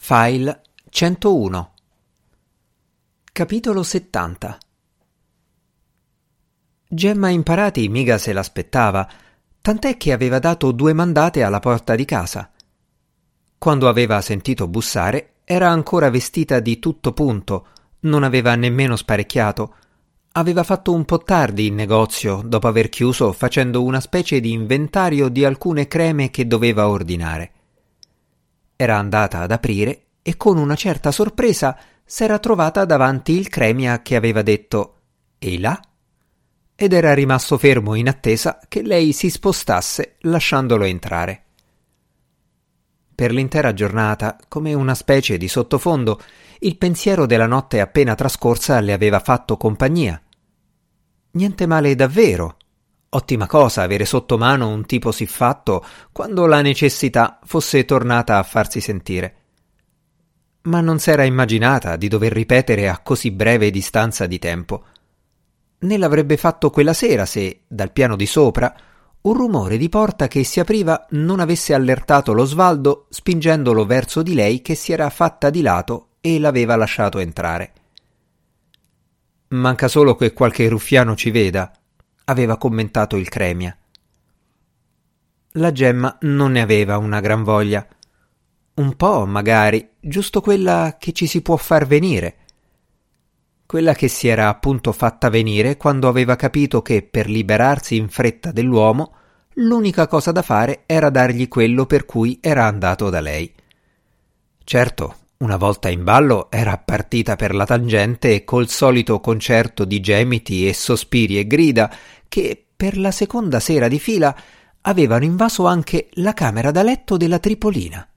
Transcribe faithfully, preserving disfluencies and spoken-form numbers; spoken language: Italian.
File centouno. Capitolo settanta. Gemma Imparati mica se l'aspettava, tant'è che aveva dato due mandate alla porta di casa. Quando aveva sentito bussare, era ancora vestita di tutto punto, non aveva nemmeno sparecchiato. Aveva fatto un po' tardi in negozio, dopo aver chiuso facendo una specie di inventario di alcune creme che doveva ordinare. Era andata ad aprire e con una certa sorpresa s'era trovata davanti il cremia che aveva detto «Ehi là?» ed era rimasto fermo in attesa che lei si spostasse lasciandolo entrare. Per l'intera giornata, come una specie di sottofondo, il pensiero della notte appena trascorsa le aveva fatto compagnia. Niente male davvero. Ottima cosa avere sotto mano un tipo siffatto quando la necessità fosse tornata a farsi sentire. Ma non s'era immaginata di dover ripetere a così breve distanza di tempo. Né l'avrebbe fatto quella sera se, dal piano di sopra, un rumore di porta che si apriva non avesse allertato lo Svaldo spingendolo verso di lei che si era fatta di lato e l'aveva lasciato entrare. «Manca solo che qualche ruffiano ci veda», aveva commentato il cremia. La Gemma non ne aveva una gran voglia. Un po', magari, giusto quella che ci si può far venire. Quella che si era appunto fatta venire quando aveva capito che per liberarsi in fretta dell'uomo l'unica cosa da fare era dargli quello per cui era andato da lei. Certo, una volta in ballo era partita per la tangente col solito concerto di gemiti e sospiri e grida che, per la seconda sera di fila, avevano invaso anche la camera da letto della Tripolina.